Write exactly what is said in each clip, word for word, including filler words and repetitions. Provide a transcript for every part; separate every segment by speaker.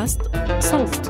Speaker 1: بودكاست صوت.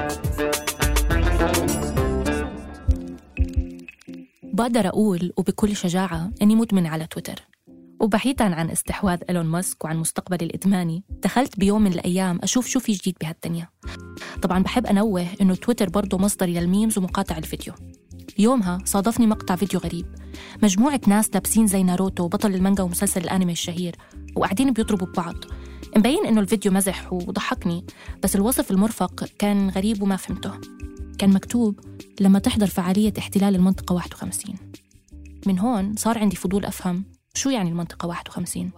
Speaker 1: بقدر أقول وبكل شجاعة أني مدمن على تويتر، وبعيداً عن استحواذ إيلون ماسك وعن مستقبلي الإدماني، دخلت بيوم من الأيام أشوف شو في جديد بهالدنيا. طبعاً بحب أنوه إنه تويتر برضو مصدري للميمز ومقاطع الفيديو. يومها صادفني مقطع فيديو غريب، مجموعة ناس لابسين زي ناروتو بطل المانجا ومسلسل الأنمي الشهير وقاعدين بيضربوا ببعض. مبين إنه الفيديو مزح وضحكني، بس الوصف المرفق كان غريب وما فهمته. كان مكتوب لما تحضر فعالية احتلال المنطقة واحد وخمسين. من هون صار عندي فضول أفهم شو يعني المنطقة واحد وخمسين.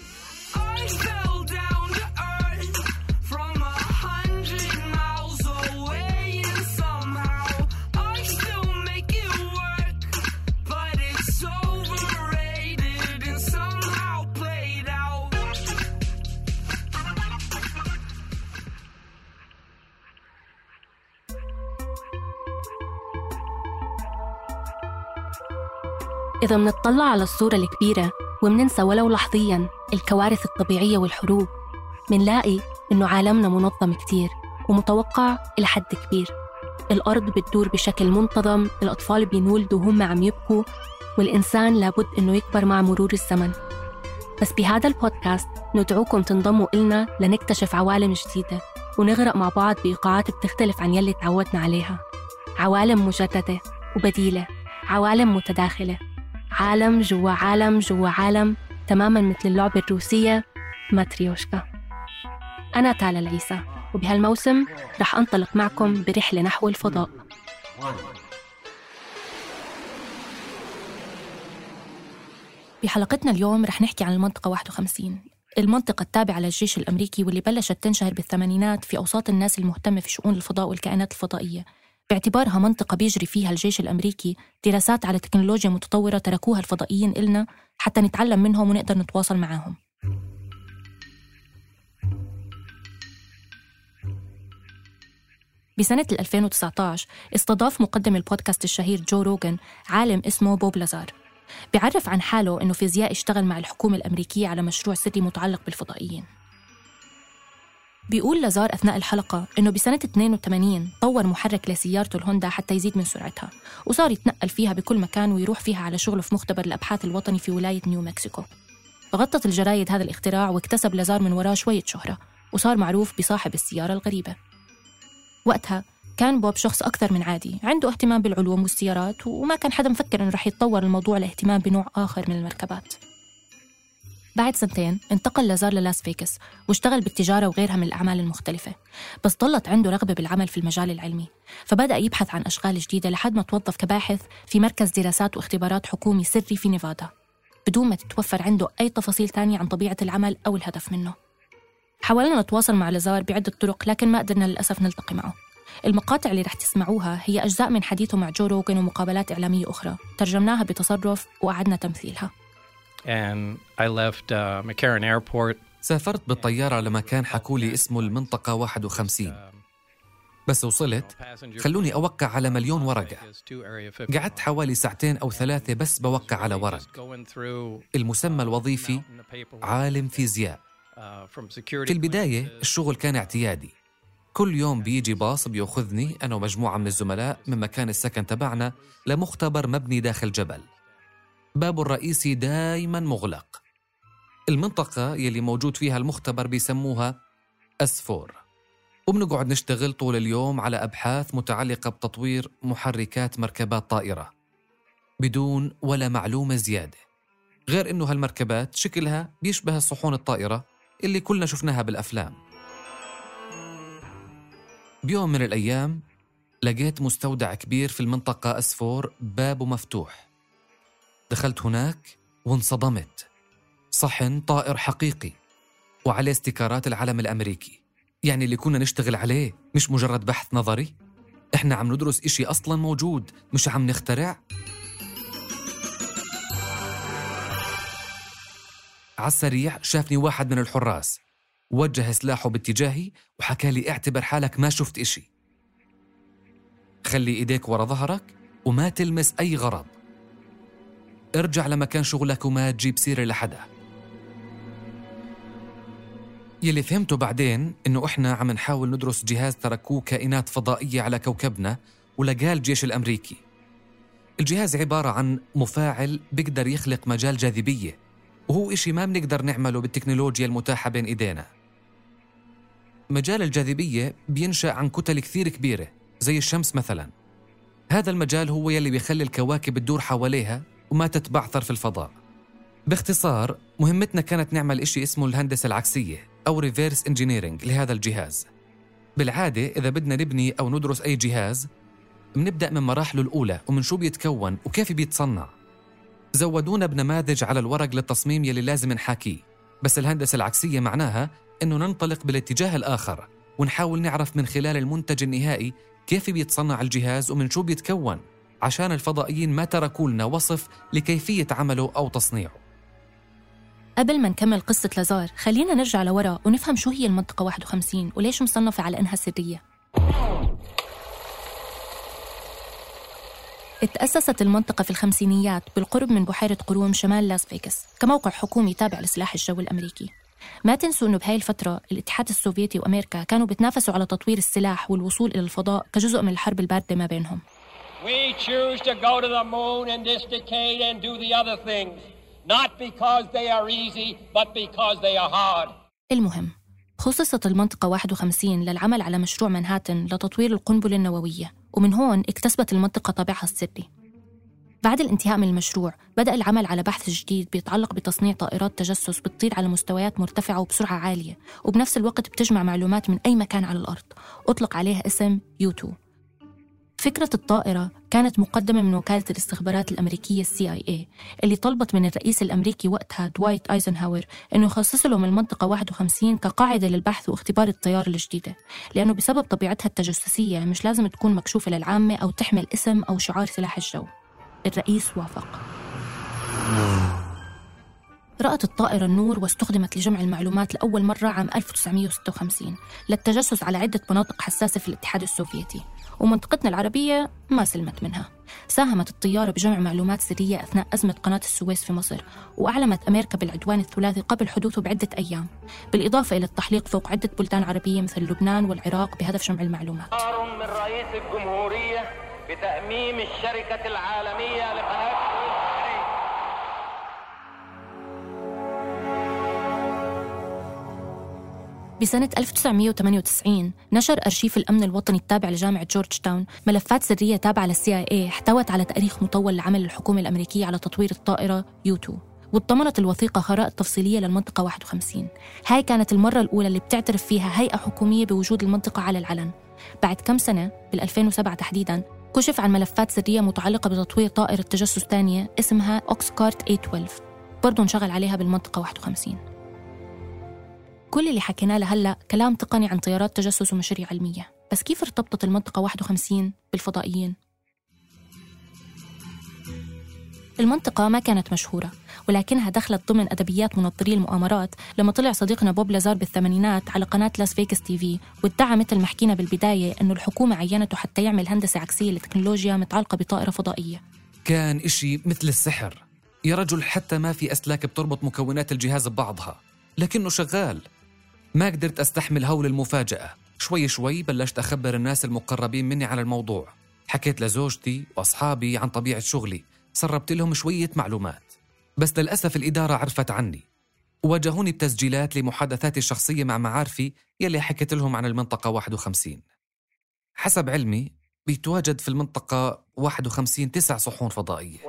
Speaker 1: إذا منطلع على الصورة الكبيرة ومننسى ولو لحظياً الكوارث الطبيعية والحروب، منلاقي إنه عالمنا منظم كتير ومتوقع إلى حد كبير. الأرض بتدور بشكل منتظم، الأطفال بينولدوا وهم عم يبكوا، والإنسان لابد إنه يكبر مع مرور الزمن. بس بهذا البودكاست ندعوكم تنضموا إلنا لنكتشف عوالم جديدة ونغرق مع بعض بإيقاعات بتختلف عن يلي تعودنا عليها. عوالم مجددة وبديلة، عوالم متداخلة، عالم جوا عالم جوا عالم، تماماً مثل اللعبة الروسية ماتريوشكا. أنا تالا العيسى، وبهالموسم رح أنطلق معكم برحلة نحو الفضاء. بحلقتنا اليوم رح نحكي عن المنطقة واحد وخمسين، المنطقة التابعة للجيش الأمريكي واللي بلشت تنشهر بالثمانينات في أوساط الناس المهتمة في شؤون الفضاء والكائنات الفضائية، باعتبارها منطقة بيجري فيها الجيش الأمريكي دراسات على تكنولوجيا متطورة تركوها الفضائيين إلنا حتى نتعلم منهم ونقدر نتواصل معاهم. بسنة ألفين وتسعة عشر استضاف مقدم البودكاست الشهير جو روغان عالم اسمه بوب لازار، بيعرف عن حاله إنه فيزيائي اشتغل مع الحكومة الأمريكية على مشروع سري متعلق بالفضائيين. بيقول لازار أثناء الحلقة إنه بسنة اثنين وثمانين طور محرك لسيارته الهوندا حتى يزيد من سرعتها، وصار يتنقل فيها بكل مكان ويروح فيها على شغله في مختبر الأبحاث الوطني في ولاية نيو مكسيكو. غطت الجرايد هذا الاختراع واكتسب لازار من وراه شوية شهرة، وصار معروف بصاحب السيارة الغريبة. وقتها كان بوب شخص أكثر من عادي، عنده اهتمام بالعلوم والسيارات، وما كان حدا مفكر إنه رح يتطور الموضوع لاهتمام بنوع آخر من المركبات. بعد سنتين انتقل لازار للاس فيغاس واشتغل بالتجارة وغيرها من الأعمال المختلفة، بس ضلت عنده رغبة بالعمل في المجال العلمي، فبدأ يبحث عن أشغال جديدة لحد ما توظف كباحث في مركز دراسات واختبارات حكومي سري في نيفادا، بدون ما تتوفر عنده أي تفاصيل تانية عن طبيعة العمل أو الهدف منه. حاولنا نتواصل مع لازار بعدة طرق، لكن ما قدرنا للأسف نلتقي معه. المقاطع اللي رح تسمعوها هي أجزاء من حديثه مع جو روغان ومقابلات إعلامية أخرى ترجمناها بتصرف وأعدنا تمثيلها.
Speaker 2: And I left uh, McCarran Airport.
Speaker 3: سافرت بالطيارة لمكان حكولي اسمه المنطقة واحد وخمسين. بس وصلت خلوني أوقع على مليون ورقة. قعدت حوالي ساعتين أو ثلاثة بس بوقع على ورق. المسمى الوظيفي عالم فيزياء. في البداية الشغل كان اعتيادي، كل يوم بيجي باص بيأخذني أنا ومجموعة من الزملاء من مكان السكن تبعنا لمختبر مبني داخل جبل، بابه الرئيسي دايماً مغلق. المنطقة يلي موجود فيها المختبر بيسموها أسفور، وبنقعد نشتغل طول اليوم على أبحاث متعلقة بتطوير محركات مركبات طائرة بدون ولا معلومة زيادة، غير إنه هالمركبات شكلها بيشبه الصحون الطائرة اللي كلنا شفناها بالأفلام. بيوم من الأيام لقيت مستودع كبير في المنطقة أسفور بابه مفتوح. دخلت هناك وانصدمت، صحن طائر حقيقي وعليه استيكارات العلم الأمريكي، يعني اللي كنا نشتغل عليه مش مجرد بحث نظري، إحنا عم ندرس إشي أصلاً موجود مش عم نخترع. عالسريع شافني واحد من الحراس، وجه سلاحه باتجاهي وحكى لي اعتبر حالك ما شفت إشي، خلي إيديك ورا ظهرك وما تلمس أي غرض، ارجع لمكان شغلك وما تجيب سيرة لحدا. يلي فهمته بعدين إنه إحنا عم نحاول ندرس جهاز تركوه كائنات فضائية على كوكبنا ولقاه الجيش الأمريكي. الجهاز عبارة عن مفاعل بيقدر يخلق مجال جاذبية، وهو إشي ما بنقدر نعمله بالتكنولوجيا المتاحة بين إيدينا. مجال الجاذبية بينشأ عن كتل كثير كبيرة زي الشمس مثلا. هذا المجال هو يلي بيخلي الكواكب تدور حواليها وما تتبعثر في الفضاء. باختصار مهمتنا كانت نعمل إشي اسمه الهندسة العكسية أو ريفيرس انجينيرينج لهذا الجهاز. بالعادة إذا بدنا نبني أو ندرس أي جهاز بنبدأ من مراحله الأولى ومن شو بيتكون وكيف بيتصنع. زودونا بنماذج على الورق للتصميم يلي لازم نحاكيه، بس الهندسة العكسية معناها إنه ننطلق بالاتجاه الآخر ونحاول نعرف من خلال المنتج النهائي كيف بيتصنع الجهاز ومن شو بيتكون، عشان الفضائيين ما تركوا لنا وصف لكيفية عمله أو تصنيعه.
Speaker 1: قبل ما نكمل قصة لازار خلينا نرجع لورا ونفهم شو هي المنطقة واحد وخمسين وليش مصنفة على إنها سرية. اتأسست المنطقة في الخمسينيات بالقرب من بحيرة قروم شمال لاس فيغاس كموقع حكومي تابع لسلاح الجو الأمريكي. ما تنسوا إنه بهاي الفترة الاتحاد السوفيتي وأمريكا كانوا بتنافسوا على تطوير السلاح والوصول إلى الفضاء كجزء من الحرب الباردة ما بينهم.
Speaker 4: We choose to go to the moon in this decade and do the other things, not because they are easy, but because they are hard.
Speaker 1: المهم خصصت المنطقة واحد وخمسين للعمل على مشروع منهاتن لتطوير القنبلة النووية، ومن هون اكتسبت المنطقة طابعها السري. بعد الانتهاء من المشروع بدأ العمل على بحث جديد بيتعلق بتصنيع طائرات تجسس بتطير على مستويات مرتفعة وبسرعة عالية، وبنفس الوقت بتجمع معلومات من أي مكان على الأرض. أطلق عليها اسم يو تو. فكرة الطائرة كانت مقدمة من وكالة الاستخبارات الأمريكية السي آي إيه اللي طلبت من الرئيس الأمريكي وقتها دوايت أيزنهاور إنه يخصص لهم المنطقة واحد وخمسين كقاعدة للبحث واختبار الطيار الجديدة، لأنه بسبب طبيعتها التجسسية مش لازم تكون مكشوفة للعامة أو تحمل اسم أو شعار سلاح الجو. الرئيس وافق. رأت الطائرة النور واستخدمت لجمع المعلومات لأول مرة عام ألف وتسعمية وستة وخمسين للتجسس على عدة مناطق حساسة في الاتحاد السوفيتي، ومنطقتنا العربية ما سلمت منها. ساهمت الطيارة بجمع معلومات سرية أثناء أزمة قناة السويس في مصر، وأعلمت أمريكا بالعدوان الثلاثي قبل حدوثه بعدة أيام، بالإضافة إلى التحليق فوق عدة بلدان عربية مثل لبنان والعراق بهدف جمع المعلومات.
Speaker 4: من رئيس الجمهورية بتأميم الشركة العالمية لقناة
Speaker 1: بسنة ألف وتسعمية وثمانية وتسعين نشر أرشيف الأمن الوطني التابع لجامعة جورج تاون ملفات سرية تابعة للسي آي إيه احتوت على تاريخ مطول لعمل الحكومة الأمريكية على تطوير الطائرة يو تو، واتضمنت الوثيقة خرائط تفصيلية للمنطقة واحد وخمسين. هاي كانت المرة الأولى اللي بتعترف فيها هيئة حكومية بوجود المنطقة على العلن. بعد كم سنة بال2007 تحديداً كشف عن ملفات سرية متعلقة بتطوير طائرة تجسس ثانية اسمها أوكسكارت ثمانية واثناشر برضو انشغل عليها بالمنطقة واحد وخمسين. كل اللي حكيناه لهلأ كلام تقني عن طيارات تجسس ومشاريع علمية، بس كيف ارتبطت المنطقة واحد وخمسين بالفضائيين؟ المنطقة ما كانت مشهورة، ولكنها دخلت ضمن أدبيات منظري المؤامرات لما طلع صديقنا بوب لازار بالثمانينات على قناة لاس فيغاس تي في وادعى مثل ما حكينا بالبداية أنه الحكومة عينته حتى يعمل هندسة عكسية لتكنولوجيا متعلقة بطائرة فضائية.
Speaker 3: كان إشي مثل السحر يا رجل، حتى ما في أسلاك بتربط مكونات الجهاز ببعضها، لكنه شغال. ما قدرت أستحمل هول المفاجأة. شوي شوي بلشت أخبر الناس المقربين مني على الموضوع. حكيت لزوجتي وأصحابي عن طبيعة شغلي، سربت لهم شوية معلومات، بس للأسف الإدارة عرفت عني وواجهوني بتسجيلات لمحادثاتي الشخصية مع معارفي يلي حكيت لهم عن المنطقة واحد وخمسين. حسب علمي بيتواجد في المنطقة واحد وخمسين تسع صحون فضائية.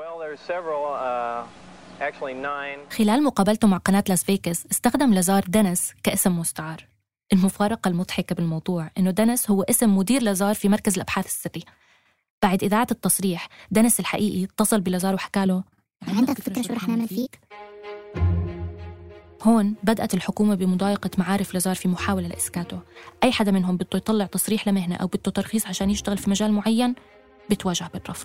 Speaker 1: خلال مقابلته مع قناة لاس فيغاس استخدم لازار دينيس كاسم مستعار. المفارقة المضحكة بالموضوع إنه دينيس هو اسم مدير لازار في مركز الأبحاث السري. بعد إذاعة التصريح دينيس الحقيقي اتصل بلازار وحكى له
Speaker 5: عندك فكرة شو رح نعمل فيك؟
Speaker 1: هون بدأت الحكومة بمضايقة معارف لازار في محاولة لإسكاته. أي حدا منهم بده يطلع تصريح لمهنة أو بده ترخيص عشان يشتغل في مجال معين بتواجه بالرفض.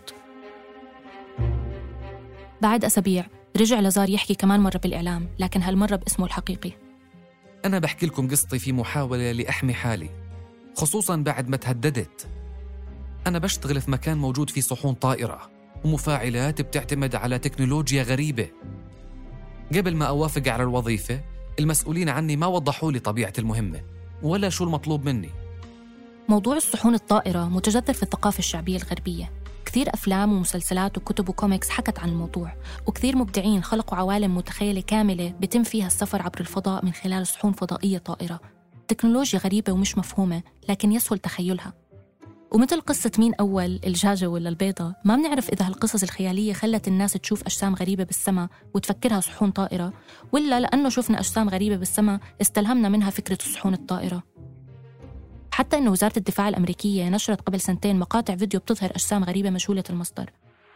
Speaker 1: بعد أسابيع رجع لازار يحكي كمان مرة بالإعلام، لكن هالمرة باسمه الحقيقي.
Speaker 3: أنا بحكي لكم قصتي في محاولة لأحمي حالي، خصوصاً بعد ما تهددت. أنا بشتغل في مكان موجود فيه صحون طائرة ومفاعلات بتعتمد على تكنولوجيا غريبة. قبل ما أوافق على الوظيفة المسؤولين عني ما وضحوا لي طبيعة المهمة ولا شو المطلوب مني.
Speaker 1: موضوع الصحون الطائرة متجذر في الثقافة الشعبية الغربية. كثير أفلام ومسلسلات وكتب وكوميكس حكت عن الموضوع، وكثير مبدعين خلقوا عوالم متخيلة كاملة بتم فيها السفر عبر الفضاء من خلال صحون فضائية طائرة. تكنولوجيا غريبة ومش مفهومة لكن يسهل تخيلها. ومثل قصة مين أول الجاجة ولا البيضة، ما بنعرف إذا هالقصص الخيالية خلت الناس تشوف أجسام غريبة بالسماء وتفكرها صحون طائرة، ولا لأنه شفنا أجسام غريبة بالسماء استلهمنا منها فكرة الصحون الطائرة. حتى إنه وزارة الدفاع الأمريكية نشرت قبل سنتين مقاطع فيديو بتظهر أجسام غريبة مجهولة المصدر.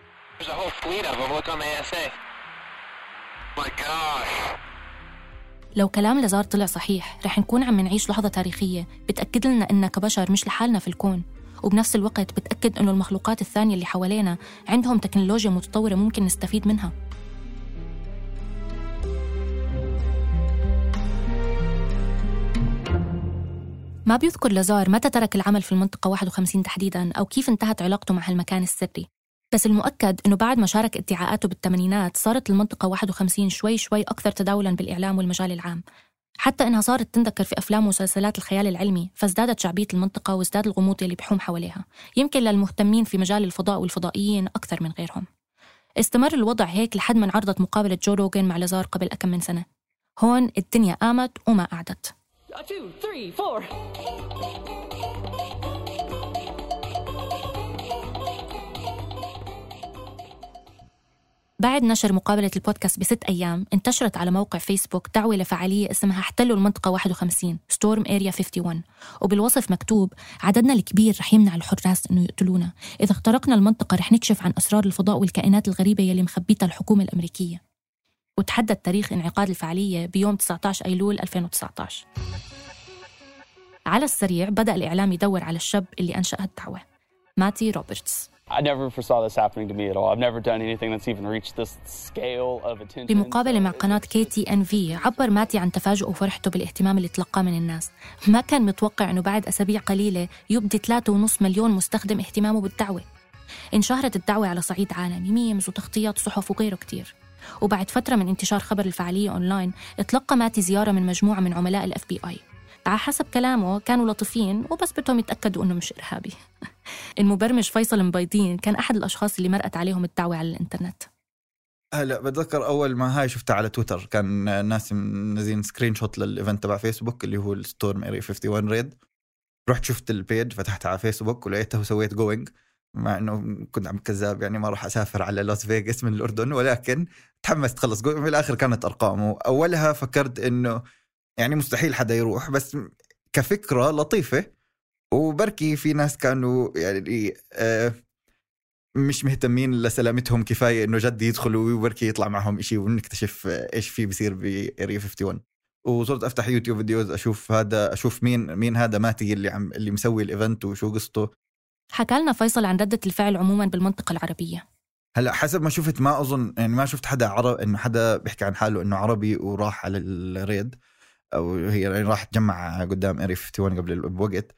Speaker 1: لو كلام لازار طلع صحيح رح نكون عم نعيش لحظة تاريخية بتأكد لنا إننا كبشر مش لحالنا في الكون، وبنفس الوقت بتأكد إنه المخلوقات الثانية اللي حوالينا عندهم تكنولوجيا متطورة ممكن نستفيد منها. ما بيذكر لازار متى ترك العمل في المنطقة واحد وخمسين تحديداً أو كيف انتهت علاقته مع هالمكان السري، بس المؤكد إنه بعد ما شارك ادعاءاته بالثمانينات صارت المنطقة واحد وخمسين شوي شوي أكثر تداولاً بالإعلام والمجال العام، حتى إنها صارت تنذكر في أفلام ومسلسلات الخيال العلمي، فازدادت شعبية المنطقة وازداد الغموض اللي بيحوم حواليها، يمكن للمهتمين في مجال الفضاء والفضائيين أكثر من غيرهم. استمر الوضع هيك لحد ما انعرضت مقابلة جو روغن مع لازار قبل أكم من سنة. هون الدنيا قامت وما قعدت.
Speaker 6: two, three, four.
Speaker 1: بعد نشر مقابلة البودكاست بست أيام انتشرت على موقع فيسبوك دعوة لفعالية اسمها احتلوا المنطقة واحد وخمسين ستورم اريا واحد وخمسين، وبالوصف مكتوب عددنا الكبير رح يمنع الحراس إنه يقتلونا، إذا اخترقنا المنطقة رح نكشف عن أسرار الفضاء والكائنات الغريبة يلي مخبيتها الحكومة الأمريكية. وتحدد تاريخ انعقاد الفعالية بيوم تسعة عشر أيلول ألفين وتسعة عشر. على السريع بدأ الإعلام يدور على الشاب اللي أنشأ هالدعوة، ماتي روبرتس.
Speaker 7: I never foresaw this happening to me at all. I've never done anything that's even reached this scale of attention.
Speaker 1: بمقابلة مع قناة كي تي إن في عبر ماتي عن تفاجؤه وفرحته بالاهتمام اللي تلقاه من الناس. ما كان متوقع إنه بعد أسابيع قليلة يبدي ثلاثة ونص مليون مستخدم اهتمامه بالدعوة. انشهرت الدعوة على صعيد عالمي، ميمز وتغطيات صحف وغيره كتير. وبعد فترة من انتشار خبر الفعالية أونلاين اتلقى ماتي زيارة من مجموعة من عملاء الإف بي آي. على حسب كلامه كانوا لطيفين وبس بدهم يتأكدوا إنه مش إرهابي. المبرمج فيصل مبيضين كان أحد الأشخاص اللي مرقت عليهم الدعوة على الإنترنت.
Speaker 8: هلا بتذكر أول ما هاي شفتها على تويتر كان الناس منزلين سكرين شوت للإيفنت تبع فيسبوك اللي هو الستورم اريا واحد وخمسين ريد. رحت شفت البيج فتحتها على فيسبوك ولقيته وسويت جوينج، مع إنه كنت عم كذاب يعني ما راح أسافر على لاس فيغاس من الأردن، ولكن تحمست خلص. في الآخر كانت أرقامه. أولها فكرت إنه يعني مستحيل حدا يروح، بس كفكرة لطيفة، وبركي في ناس كانوا يعني آه مش مهتمين لسلامتهم كفاية إنه جد يدخلوا وبركي يطلع معهم إشي ونكتشف إيش فيه بيصير بإريا واحد وخمسين. وصرت أفتح يوتيوب فيديوز أشوف هذا أشوف مين مين هذا ماتي اللي عم اللي مسوي الإيفنت وشو قصته.
Speaker 1: حكى لنا فيصل عن ردة الفعل عموما بالمنطقة العربية.
Speaker 8: هلا حسب ما شفت ما أظن يعني ما شفت حدا عرب إنه حدا بيحكي عن حاله إنه عربي وراح على الريد، أو هي يعني راح تجمع قدام اريا واحد وخمسين قبل بوقت.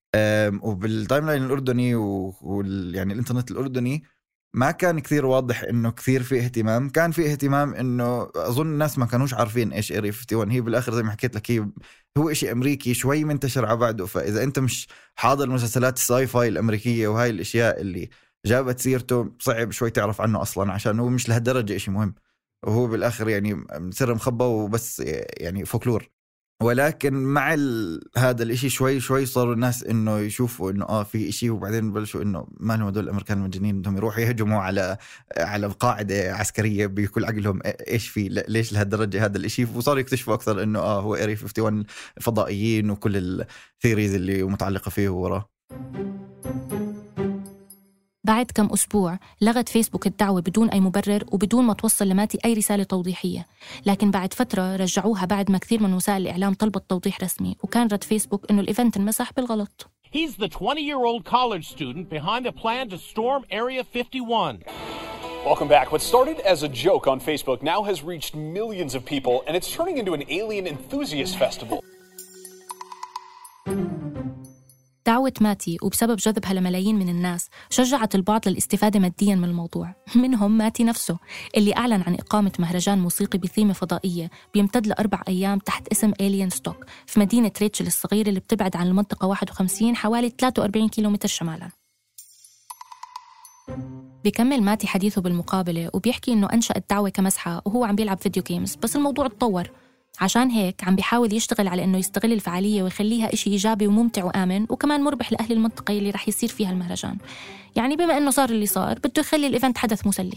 Speaker 8: وبالتايم لاين الأردني وال يعني الإنترنت الأردني ما كان كثير واضح إنه كثير في اهتمام. كان في اهتمام إنه أظن الناس ما كانوش عارفين إيش اريا واحد وخمسين. هي بالآخر زي ما حكيت لك هي هو إشي أمريكي شوي منتشر على بعده، فإذا أنت مش حاضر مسلسلات الساي فاي الأمريكية وهاي الأشياء اللي جابت سيرته صعب شوي تعرف عنه أصلاً، عشان هو مش لهالدرجة إشي مهم، وهو بالآخر يعني سر مخبى وبس يعني فولكلور. ولكن مع هذا الاشي شوي شوي صاروا الناس انه يشوفوا انه اه في اشي، وبعدين بلشوا انه ما لهم هدول الامريكان المجانين بدهم يروحوا يهجموا على على قاعده عسكريه بكل عقلهم ايش في ليش لهالدرجه هذا الاشي. وصاروا يكتشفوا اكثر انه اه هو اريا واحد وخمسين فضائيين وكل الثيريز اللي متعلقه فيه وراه.
Speaker 1: بعد كم أسبوع لغت فيسبوك الدعوة بدون أي مبرر وبدون ما توصل لماتي أي رسالة توضيحية، لكن بعد فترة رجعوها بعد ما كثير من وسائل الإعلام طلبت توضيح رسمي، وكان رد فيسبوك إنه الإيفنت انمسح بالغلط.
Speaker 9: He's the twenty-year-old college student behind the plan to storm Area fifty-one.
Speaker 10: Welcome back. What started as a joke on Facebook now has reached millions of people, and it's turning into an alien enthusiast festival.
Speaker 1: دعوة ماتي وبسبب جذبها لملايين من الناس شجعت البعض للاستفادة مادياً من الموضوع، منهم ماتي نفسه اللي أعلن عن إقامة مهرجان موسيقي بثيمة فضائية بيمتد لأربع أيام تحت اسم إيليان ستوك في مدينة ريتشل الصغيرة اللي بتبعد عن المنطقة واحد وخمسين حوالي ثلاثة وأربعين كيلومتر شمالاً. بيكمل ماتي حديثه بالمقابلة وبيحكي إنه أنشأ الدعوة كمسحة وهو عم بيلعب فيديو جيمز، بس الموضوع اتطور. عشان هيك عم بيحاول يشتغل على إنه يستغل الفعالية ويخليها إشي إيجابي وممتع وآمن وكمان مربح لأهل المنطقة اللي رح يصير فيها المهرجان. يعني بما إنه صار اللي صار بده يخلي الإيفنت حدث مسلي.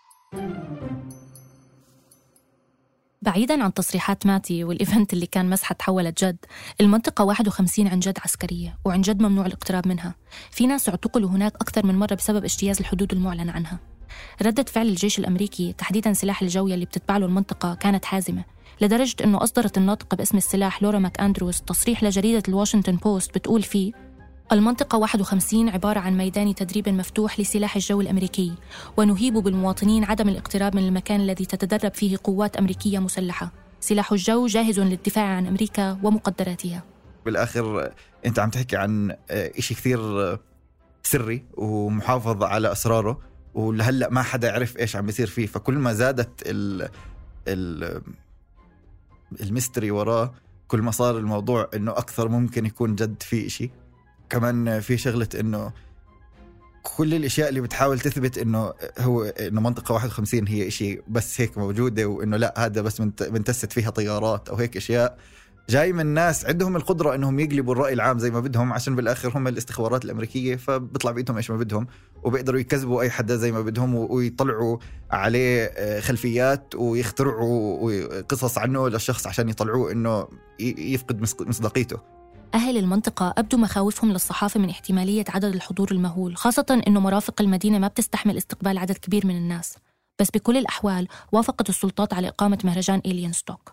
Speaker 1: بعيداً عن تصريحات ماتي والإيفنت اللي كان مسحة تحولت جد، المنطقة واحد وخمسين عن جد عسكرية وعن جد ممنوع الاقتراب منها. في ناس اعتقلوا هناك أكثر من مرة بسبب اجتياز الحدود المعلن عنها. ردة فعل الجيش الأمريكي تحديداً سلاح الجوية اللي بتتبع له المنطقة كانت حازمة، لدرجة أنه أصدرت الناطقة باسم السلاح لورا ماك أندروز تصريح لجريدة الواشنطن بوست بتقول فيه: المنطقة واحد وخمسين عبارة عن ميدان تدريب مفتوح لسلاح الجو الأمريكي، ونهيب بالمواطنين عدم الاقتراب من المكان الذي تتدرب فيه قوات أمريكية مسلحة. سلاح الجو جاهز للدفاع عن أمريكا ومقدراتها.
Speaker 8: بالآخر أنت عم تحكي عن إشي كثير سري ومحافظ على أسراره، ولهلأ ما حدا يعرف إيش عم بيصير فيه. فكل ما زادت ال ال الميستري وراه، كل ما صار الموضوع إنه أكثر ممكن يكون جد فيه إشي. كمان في شغلة إنه كل الأشياء اللي بتحاول تثبت إنه هو إنه منطقة واحد وخمسين هي إشي بس هيك موجودة، وإنه لا هذا بس بنتست فيها طيارات أو هيك أشياء جاي من ناس عندهم القدرة إنهم يقلبوا الرأي العام زي ما بدهم، عشان بالآخر هم الاستخبارات الأمريكية، فبيطلع بيدهم إيش ما بدهم وبيقدروا يكذبوا أي حدا زي ما بدهم ويطلعوا عليه خلفيات ويخترعوا قصص عنه للشخص عشان يطلعوه إنه يفقد مصداقيته.
Speaker 1: أهل المنطقة أبدوا مخاوفهم للصحافة من احتمالية عدد الحضور المهول، خاصة إنه مرافق المدينة ما بتستحمل استقبال عدد كبير من الناس. بس بكل الأحوال وافقت السلطات على إقامة مهرجان إيليان ستوك.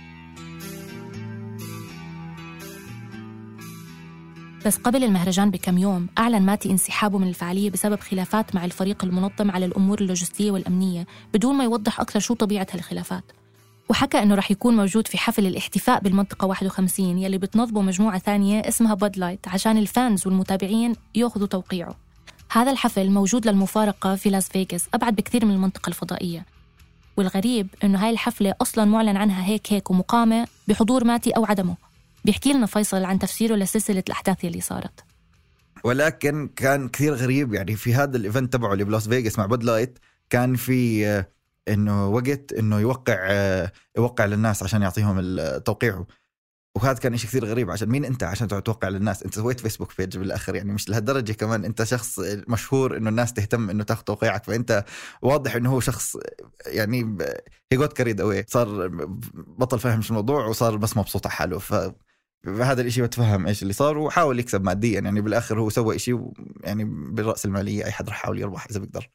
Speaker 1: بس قبل المهرجان بكم يوم أعلن ماتي انسحابه من الفعالية بسبب خلافات مع الفريق المنظم على الأمور اللوجستية والأمنية، بدون ما يوضح أكثر شو طبيعة هالخلافات. وحكى إنه رح يكون موجود في حفل الاحتفاء بالمنطقة واحد وخمسين يلي بتنظمه مجموعة ثانية اسمها باد لايت عشان الفانز والمتابعين يأخذوا توقيعه. هذا الحفل موجود للمفارقة في لاس فيغاس، أبعد بكثير من المنطقة الفضائية. والغريب إنه هاي الحفلة أصلاً معلن عنها هيك هيك ومقامة بحضور ماتي أو عدمه. بيحكي لنا فيصل عن تفسيره لسلسلة الأحداث اللي صارت.
Speaker 8: ولكن كان كثير غريب، يعني في هذا الإيفنت تبعه اللي بلاس فيغاس مع باد لايت كان في إنه وقت إنه يوقع يوقع للناس عشان يعطيهم التوقيع، وهذا كان إشي كثير غريب. عشان مين أنت عشان توقع للناس؟ أنت سويت فيسبوك بيج بالآخر، يعني مش لهالدرجة كمان أنت شخص مشهور إنه الناس تهتم إنه تاخذ توقيعك، فأنت واضح إنه هو شخص يعني he got carried away، صار بطل فهم شو الموضوع وصار بس مبسوط على حاله. فهذا الإشي بتفهم إيش اللي صار وحاول يكسب ماديا، يعني بالآخر هو سوى إشي يعني بالرأس المالية أي حد رح يحاول يربح إذا بيقدر.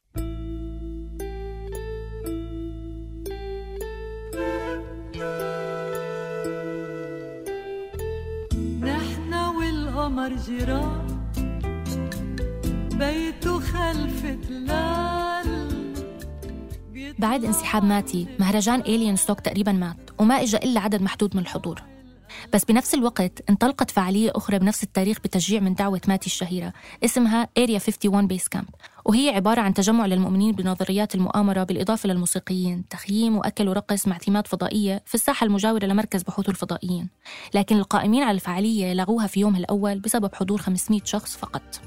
Speaker 11: قمر جيران بيته خلف تلال.
Speaker 1: بعد انسحاب ماتي مهرجان إيليان ستوك تقريباً مات وما إجا إلا عدد محدود من الحضور. بس بنفس الوقت انطلقت فعالية أخرى بنفس التاريخ بتشجيع من دعوة ماتي الشهيرة اسمها إيريا واحد وخمسين بيس كامب، وهي عبارة عن تجمع للمؤمنين بنظريات المؤامرة بالإضافة للموسيقيين، تخييم وأكل ورقص مع ثيمات فضائية في الساحة المجاورة لمركز بحوث الفضائيين. لكن القائمين على الفعالية لغوها في يومها الأول بسبب حضور خمسمية شخص فقط.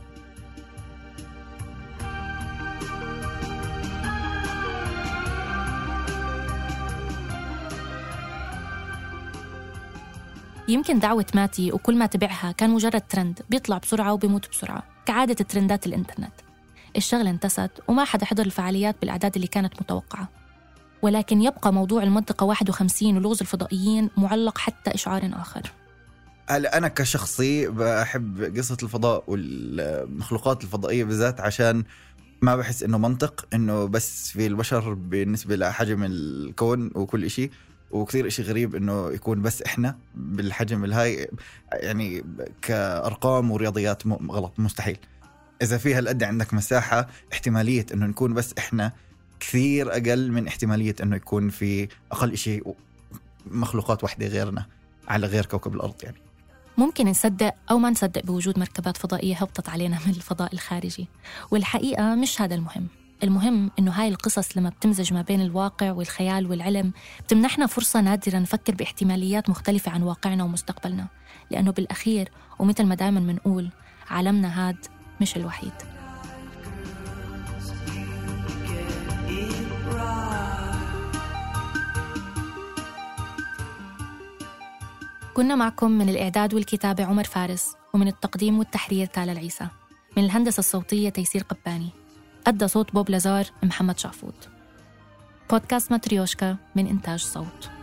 Speaker 1: يمكن دعوة ماتي وكل ما تبعها كان مجرد ترند بيطلع بسرعة وبيموت بسرعة كعادة الترندات الإنترنت. الشغلة انتست وما حدا حضر الفعاليات بالأعداد اللي كانت متوقعة، ولكن يبقى موضوع المنطقة واحد وخمسين ولغز الفضائيين معلق حتى إشعار آخر.
Speaker 8: هلا أنا كشخصي بحب قصة الفضاء والمخلوقات الفضائية بالذات، عشان ما بحس إنه منطق إنه بس في البشر بالنسبة لحجم الكون وكل إشي، وكثير إشي غريب إنه يكون بس إحنا بالحجم الهاي، يعني كأرقام ورياضيات غلط مستحيل. إذا فيها القد عندك مساحة، احتمالية إنه نكون بس إحنا كثير أقل من احتمالية إنه يكون في أقل إشي مخلوقات واحدة غيرنا على غير كوكب الأرض يعني.
Speaker 1: ممكن نصدق أو ما نصدق بوجود مركبات فضائية هبطت علينا من الفضاء الخارجي، والحقيقة مش هذا المهم. المهم إنه هاي القصص لما بتمزج ما بين الواقع والخيال والعلم بتمنحنا فرصة نادرة نفكر باحتماليات مختلفة عن واقعنا ومستقبلنا، لأنه بالأخير ومثل ما دائما منقول عالمنا هاد مش الوحيد. كنا معكم من الإعداد والكتابة عمر فارس، ومن التقديم والتحرير تالا العيسى، من الهندسة الصوتية تيسير قباني، أدى صوت بوب لازار محمد شعفوت. بودكاست ماتريوشكا من إنتاج صوت.